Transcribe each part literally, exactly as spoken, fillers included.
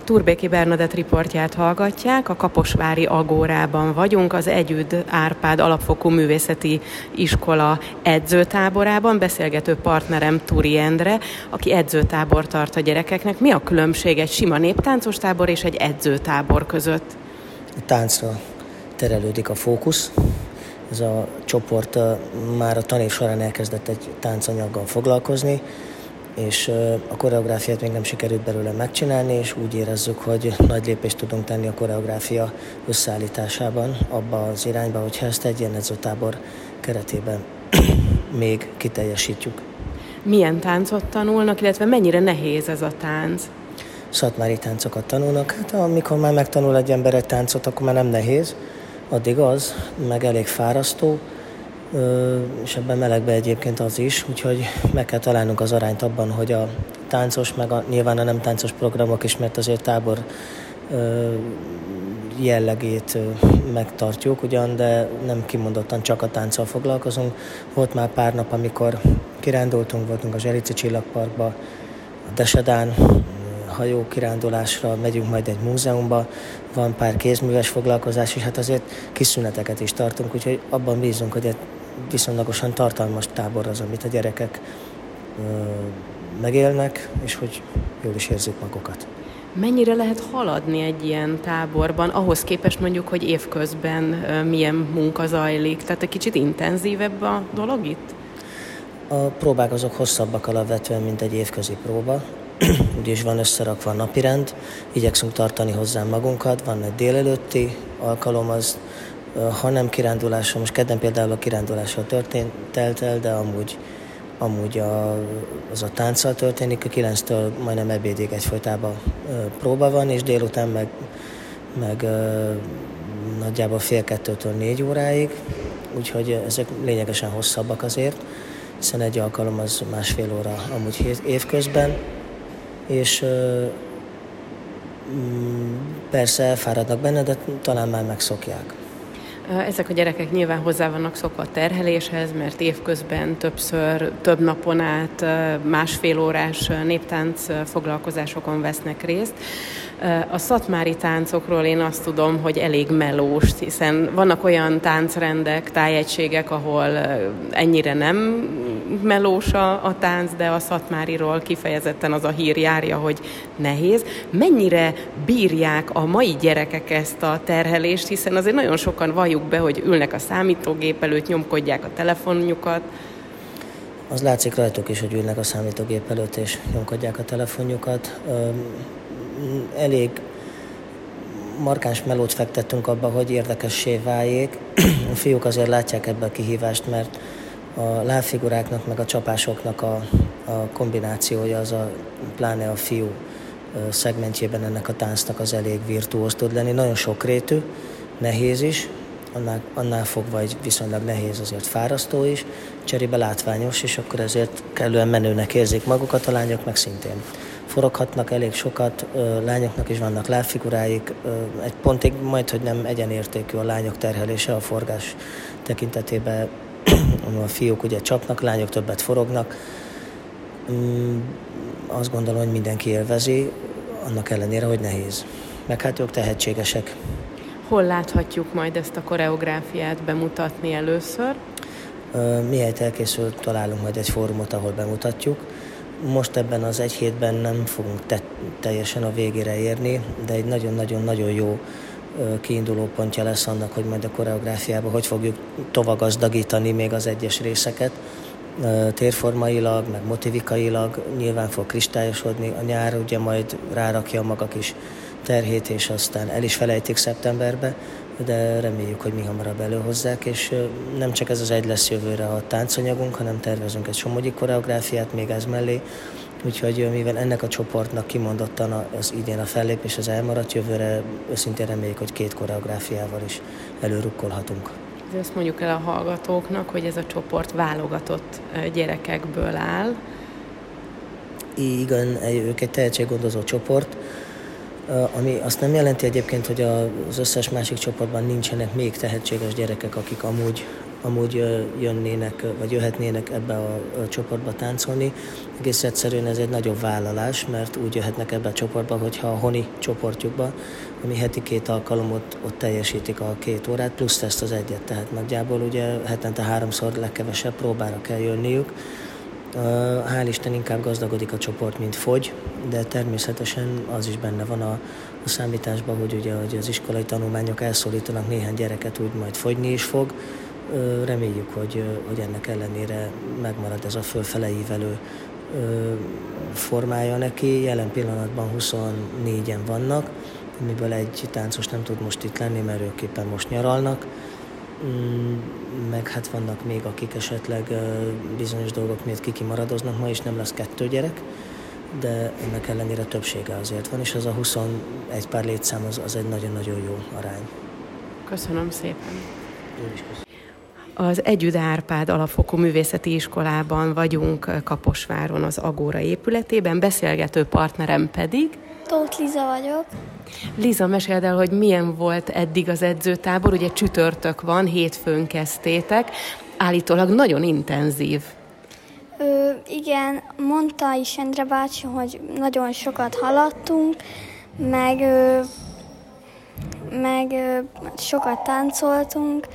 Turbéki Bernadett riportját hallgatják, a Kaposvári Agórában vagyunk, az Együd Árpád Alapfokú Művészeti Iskola edzőtáborában. Beszélgető partnerem Turi Endre, aki edzőtábor tart a gyerekeknek. Mi a különbség egy sima néptáncos tábor és egy edzőtábor között? A táncra terelődik a fókusz. Ez a csoport már a tanév során elkezdett egy táncanyaggal foglalkozni, és a koreográfiát még nem sikerült belőle megcsinálni, és úgy érezzük, hogy nagy lépést tudunk tenni a koreográfia összeállításában, abba az irányba, hogyha ezt egy ilyen edzőtábor keretében még kiteljesítjük. Milyen táncot tanulnak, illetve mennyire nehéz ez a tánc? Szatmári táncokat tanulnak. Hát amikor már megtanul egy ember egy táncot, akkor már nem nehéz, addig az, meg elég fárasztó, és ebben melegbe egyébként az is, úgyhogy meg kell találnunk az arányt abban, hogy a táncos, meg a, nyilván a nem táncos programok is, mert azért tábor jellegét megtartjuk ugyan, de nem kimondottan csak a tánccal foglalkozunk. Volt már pár nap, amikor kirándultunk, voltunk a Zserici Csillagparkba, a Desedán, hajó kirándulásra, megyünk majd egy múzeumba, van pár kézműves foglalkozás, és hát azért kis szüneteket is tartunk, úgyhogy abban bízunk, hogy egy viszonylagosan tartalmas tábor az, amit a gyerekek ö, megélnek, és hogy jól is érzik magukat. Mennyire lehet haladni egy ilyen táborban, ahhoz képest mondjuk, hogy évközben milyen munka zajlik? Tehát egy kicsit intenzívebb a dolog itt? A próbák azok hosszabbak alapvetően, mint egy évközi próba. Úgyis van összerakva a napirend, igyekszünk tartani hozzá magunkat, van egy délelőtti alkalom, az, ha nem kirándulással, most kedden például a kirándulással történt, telt el, de amúgy, amúgy a, az a tánccal történik, a kilenctől majdnem ebédig egyfolytában próba van, és délután meg, meg nagyjából fél kettőtől négy óráig, úgyhogy ezek lényegesen hosszabbak azért, hiszen egy alkalom az másfél óra amúgy évközben, és persze elfáradnak benne, de talán már megszokják. Ezek a gyerekek nyilván hozzá vannak szokva a terheléshez, mert évközben többször, több napon át másfél órás néptánc foglalkozásokon vesznek részt. A szatmári táncokról én azt tudom, hogy elég melós, hiszen vannak olyan táncrendek, tájegységek, ahol ennyire nem melós a, a tánc, de a szatmáriról kifejezetten az a hír járja, hogy nehéz. Mennyire bírják a mai gyerekek ezt a terhelést, hiszen azért nagyon sokan valljuk be, hogy ülnek a számítógép előtt, nyomkodják a telefonjukat. Az látszik rajtuk is, hogy ülnek a számítógép előtt és nyomkodják a telefonjukat. Elég markáns melót fektettünk abba, hogy érdekessé váljék. A fiúk azért látják ebbe a kihívást, mert a lábfiguráknak meg a csapásoknak a, a kombinációja, az a, pláne a fiú szegmentjében ennek a táncnak az elég virtuóz tud lenni. Nagyon sokrétű, nehéz is, annál, annál fogva egy viszonylag nehéz, azért fárasztó is, cserébe látványos, és akkor ezért kellően menőnek érzik magukat, a lányok meg szintén. Foroghatnak elég sokat, lányoknak is vannak lábfiguráik, egy pontig majd, hogy nem egyenértékű a lányok terhelése a forgás tekintetében, a fiúk ugye csapnak, lányok többet forognak. Azt gondolom, hogy mindenki élvezi, annak ellenére, hogy nehéz. Meg hát ők tehetségesek. Hol láthatjuk majd ezt a koreográfiát bemutatni először? Mihelyt elkészül, találunk majd egy fórumot, ahol bemutatjuk. Most ebben az egy hétben nem fogunk te- teljesen a végére érni, de egy nagyon-nagyon-nagyon jó kiinduló pontja lesz annak, hogy majd a koreográfiában hogy fogjuk tovább gazdagítani még az egyes részeket. Térformailag, meg motivikailag nyilván fog kristályosodni. A nyár ugye majd rárakja maga kis terhét, és aztán el is felejtik szeptemberbe, de reméljük, hogy mi hamarabb előhozzák, és nem csak ez az egy lesz jövőre a táncanyagunk, hanem tervezünk egy somogyi koreográfiát még ez mellé, úgyhogy mivel ennek a csoportnak kimondottan az idén a fellépés az elmaradt, jövőre őszintén reméljük, hogy két koreográfiával is előrukkolhatunk. De ezt mondjuk el a hallgatóknak, hogy ez a csoport válogatott gyerekekből áll. Igen, ők egy tehetséggondozó csoport, ami azt nem jelenti egyébként, hogy az összes másik csoportban nincsenek még tehetséges gyerekek, akik amúgy amúgy jönnének, vagy jöhetnének ebbe a, a csoportba táncolni. Egész egyszerűen ez egy nagyobb vállalás, mert úgy jöhetnek ebbe a csoportba, hogyha a honi csoportjukba, ami heti két alkalomot ott teljesítik a két órát, plusz ezt az egyet. Tehát nagyjából ugye hetente háromszor legkevesebb próbára kell jönniük. Hál' Isten inkább gazdagodik a csoport, mint fogy, de természetesen az is benne van a, a számításban, hogy ugye hogy az iskolai tanulmányok elszólítanak néhány gyereket, úgy majd fogyni is fog. Reméljük, hogy, hogy ennek ellenére megmarad ez a fölfele ívelő formája neki. Jelen pillanatban huszonnégyen vannak, amiből egy táncos nem tud most itt lenni, mert ők éppen most nyaralnak. Meg hát vannak még, akik esetleg bizonyos dolgok miatt kikimaradoznak, ma is nem lesz kettő gyerek, de ennek ellenére többsége azért van, és az a huszonegy pár létszám az, az egy nagyon-nagyon jó arány. Köszönöm szépen. Én is köszönöm. Az Együd Árpád Alapfokú Művészeti Iskolában vagyunk Kaposváron, az Agóra épületében, beszélgető partnerem pedig Tóth Liza vagyok. Liza, meséld el, hogy milyen volt eddig az edzőtábor, ugye csütörtök van, hétfőn kezdtétek, állítólag nagyon intenzív. Ö, igen, mondta is Endre bácsi, hogy nagyon sokat haladtunk, meg, ö, meg ö, sokat táncoltunk.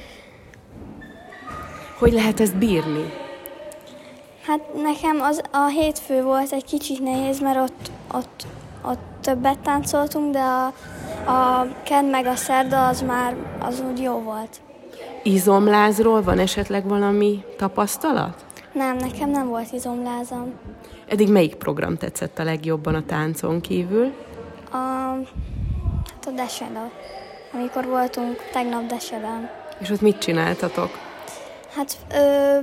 Hogy lehet ezt bírni? Hát nekem az, a hétfő volt egy kicsit nehéz, mert ott, ott, ott többet táncoltunk, de a, a kedd meg a szerda az már az úgy jó volt. Izomlázról van esetleg valami tapasztalat? Nem, nekem nem volt izomlázam. Eddig melyik program tetszett a legjobban a táncon kívül? A, hát a Deseda, amikor voltunk tegnap Desedán. És ott mit csináltatok? Hát, ö,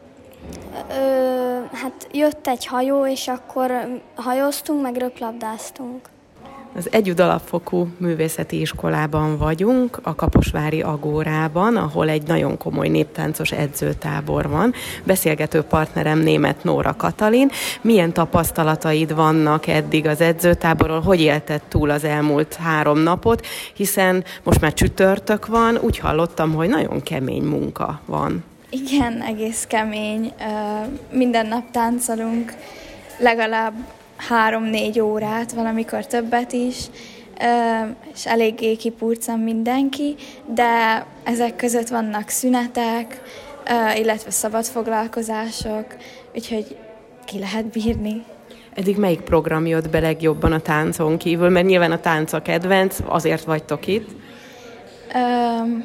ö, hát jött egy hajó, és akkor hajóztunk, meg röplabdáztunk. Az Együd Alapfokú Művészeti Iskolában vagyunk, a Kaposvári Agórában, ahol egy nagyon komoly néptáncos edzőtábor van. Beszélgető partnerem Németh Nóra Katalin. Milyen tapasztalataid vannak eddig az edzőtáborról? Hogy élted túl az elmúlt három napot? Hiszen most már csütörtök van, úgy hallottam, hogy nagyon kemény munka van. Igen, egész kemény. Minden nap táncolunk, legalább három-négy órát, valamikor többet is, és eléggé kipurcan mindenki, de ezek között vannak szünetek, illetve szabad foglalkozások, úgyhogy ki lehet bírni. Eddig melyik program jött be legjobban a táncon kívül? Mert nyilván a tánc a kedvenc, azért vagytok itt. Um,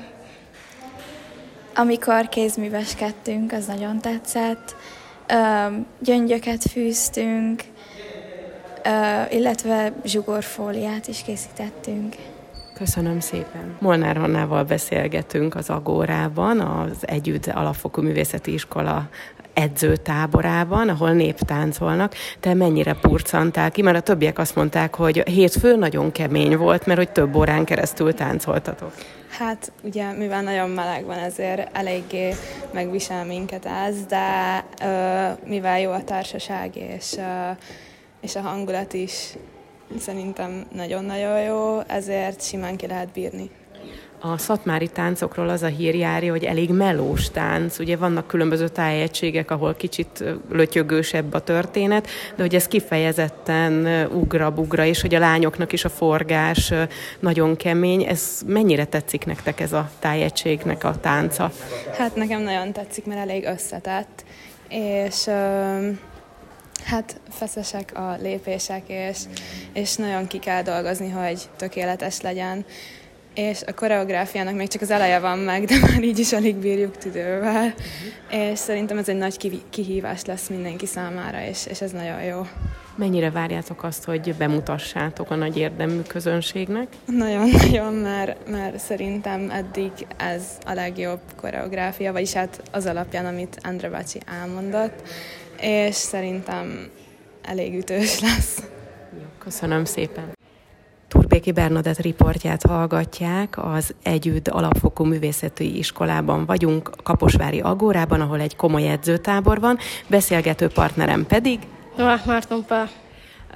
amikor kézműveskedtünk, az nagyon tetszett. Um, gyöngyöket fűztünk, Uh, illetve zsugorfóliát is készítettünk. Köszönöm szépen. Molnár Hannával beszélgetünk az Agórában, az Együd Alapfokú Művészeti Iskola edzőtáborában, ahol néptáncolnak. Te mennyire purcantál ki? Mert a többiek azt mondták, hogy hétfő nagyon kemény volt, mert hogy több órán keresztül táncoltatok. Hát ugye, mivel nagyon meleg van, ezért eléggé megvisel minket ez, de uh, mivel jó a társaság és uh, és a hangulat is szerintem nagyon-nagyon jó, ezért simán ki lehet bírni. A szatmári táncokról az a hír járja, hogy elég melós tánc. Ugye vannak különböző tájegységek, ahol kicsit lötyögősebb a történet, de hogy ez kifejezetten ugra-bugra, és hogy a lányoknak is a forgás nagyon kemény. Ez mennyire tetszik nektek, ez a tájegységnek a tánca? Hát nekem nagyon tetszik, mert elég összetett, és hát feszesek a lépések, és, és nagyon ki kell dolgozni, hogy tökéletes legyen. És a koreográfiának még csak az eleje van meg, de már így is alig bírjuk tüdővel. Uh-huh. És szerintem ez egy nagy kihívás lesz mindenki számára, és, és ez nagyon jó. Mennyire várjátok azt, hogy bemutassátok a nagy érdemű közönségnek? Nagyon-nagyon, mert, mert szerintem eddig ez a legjobb koreográfia, vagyis hát az alapján, amit Endre bácsi elmondott, és szerintem elég ütős lesz. Jó, köszönöm szépen. Turbéki Bernadett riportját hallgatják, az Együd Alapfokú Művészeti Iskolában vagyunk, Kaposvári Agórában, ahol egy komoly edzőtábor van, beszélgető partnerem pedig Novák Márton Pál.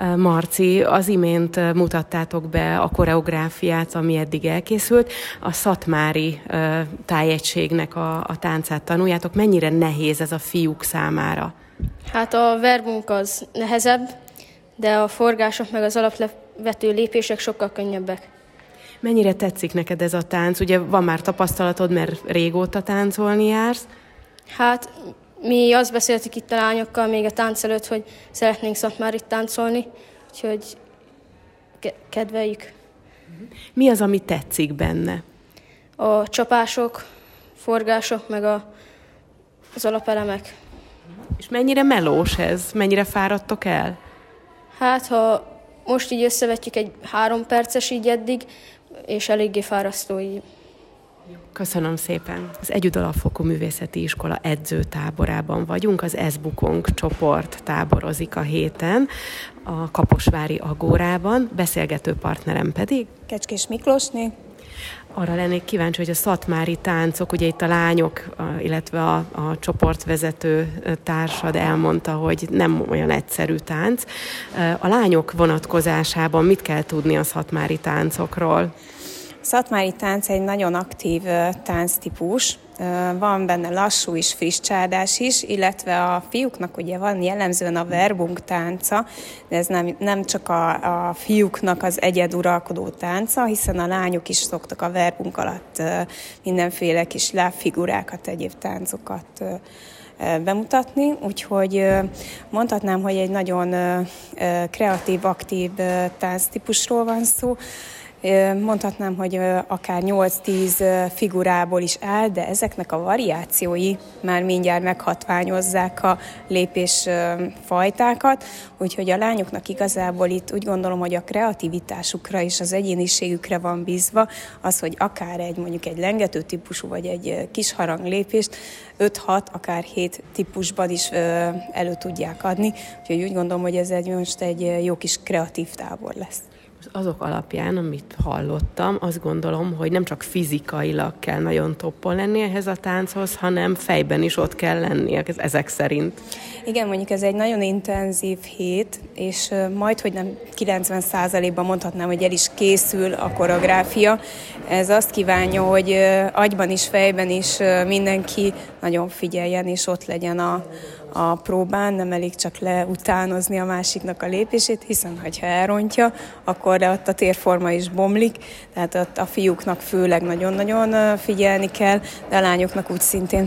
Marci, az imént mutattátok be a koreográfiát, ami eddig elkészült. A szatmári tájegységnek a, a táncát tanuljátok. Mennyire nehéz ez a fiúk számára? Hát a verbunk az nehezebb, de a forgások meg az alapvető lépések sokkal könnyebbek. Mennyire tetszik neked ez a tánc? Ugye van már tapasztalatod, mert régóta táncolni jársz. Hát mi azt beszéltük itt a lányokkal még a tánc előtt, hogy szeretnénk szatmárit táncolni, úgyhogy ke- kedveljük. Mi az, ami tetszik benne? A csapások, forgások, meg a, az alapelemek. És mennyire melós ez? Mennyire fáradtok el? Hát, ha most így összevetjük egy három perces így eddig, és eléggé fárasztó így. Köszönöm szépen. Az Együtt Alapfokú Művészeti Iskola edzőtáborában vagyunk. Az Eszbukónk csoport táborozik a héten a Kaposvári Agórában. Beszélgető partnerem pedig Kecskés Miklósné. Arra lennék kíváncsi, hogy a szatmári táncok, ugye itt a lányok, illetve a, a csoportvezető társad elmondta, hogy nem olyan egyszerű tánc. A lányok vonatkozásában mit kell tudni a szatmári táncokról? A szatmári tánc egy nagyon aktív tánctípus, van benne lassú is, friss csárdás is, illetve a fiúknak ugye van jellemzően a verbunk tánca, de ez nem, nem csak a, a fiúknak az egyeduralkodó tánca, hiszen a lányok is szoktak a verbunk alatt mindenféle kis lábfigurákat, egyéb táncokat bemutatni, úgyhogy mondhatnám, hogy egy nagyon kreatív, aktív tánctípusról van szó. Mondhatnám, hogy akár nyolc-tíz figurából is áll, de ezeknek a variációi már mindjárt meghatványozzák a lépés fajtákat, úgyhogy a lányoknak igazából itt úgy gondolom, hogy a kreativitásukra és az egyéniségükre van bízva, az, hogy akár egy mondjuk egy lengető típusú vagy egy kis harang lépést öt-hat, akár hét típusban is elő tudják adni, úgyhogy úgy gondolom, hogy ez egy most egy jó kis kreatív tábor lesz. Azok alapján, amit hallottam, azt gondolom, hogy nem csak fizikailag kell nagyon toppon lenni ehhez a tánchoz, hanem fejben is ott kell lennie ezek szerint. Igen, mondjuk ez egy nagyon intenzív hét, és majd, hogy nem kilencven százalékban mondhatnám, hogy el is készül a koreográfia. Ez azt kívánja, hogy agyban is, fejben is mindenki nagyon figyeljen, és ott legyen a a próbán, nem elég csak leutánozni a másiknak a lépését, hiszen ha elrontja, akkor ott a térforma is bomlik, tehát ott a fiúknak főleg nagyon-nagyon figyelni kell, de a lányoknak úgy szintén.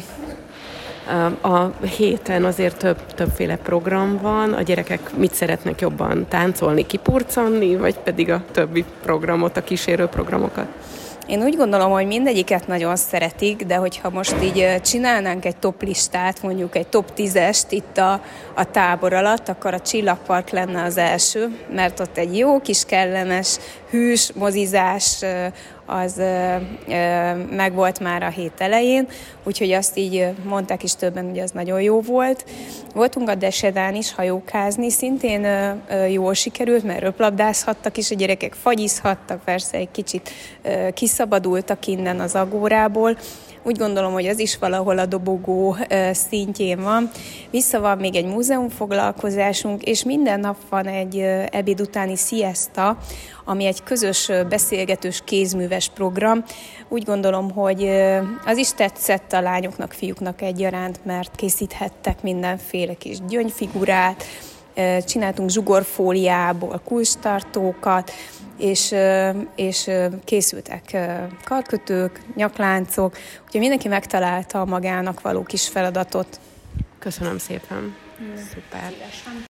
A héten azért több, többféle program van, a gyerekek mit szeretnek jobban táncolni, kipurcanni, vagy pedig a többi programot, a kísérő programokat? Én úgy gondolom, hogy mindegyiket nagyon szeretik, de hogyha most így csinálnánk egy top listát, mondjuk egy top tízest itt a, a tábor alatt, akkor a Csillagpark lenne az első, mert ott egy jó kis kellemes, hűs mozizás az megvolt már a hét elején, úgyhogy azt így mondták is többen, hogy az nagyon jó volt. Voltunk a Desedán is hajókázni, szintén jól sikerült, mert röplabdázhattak is, a gyerekek fagyizhattak, persze egy kicsit kiszabadultak innen az agórából. Úgy gondolom, hogy az is valahol a dobogó szintjén van. Vissza van még egy múzeumfoglalkozásunk, és minden nap van egy ebéd utáni siesta, ami egy közös beszélgetős kézműves program. Úgy gondolom, hogy az is tetszett a lányoknak, fiúknak egyaránt, mert készíthettek mindenféle kis gyöngyfigurát, csináltunk zsugorfóliából kulcstartókat, és, és készültek karkötők, nyakláncok, úgyhogy mindenki megtalálta magának való kis feladatot. Köszönöm szépen. Mm. Szuper.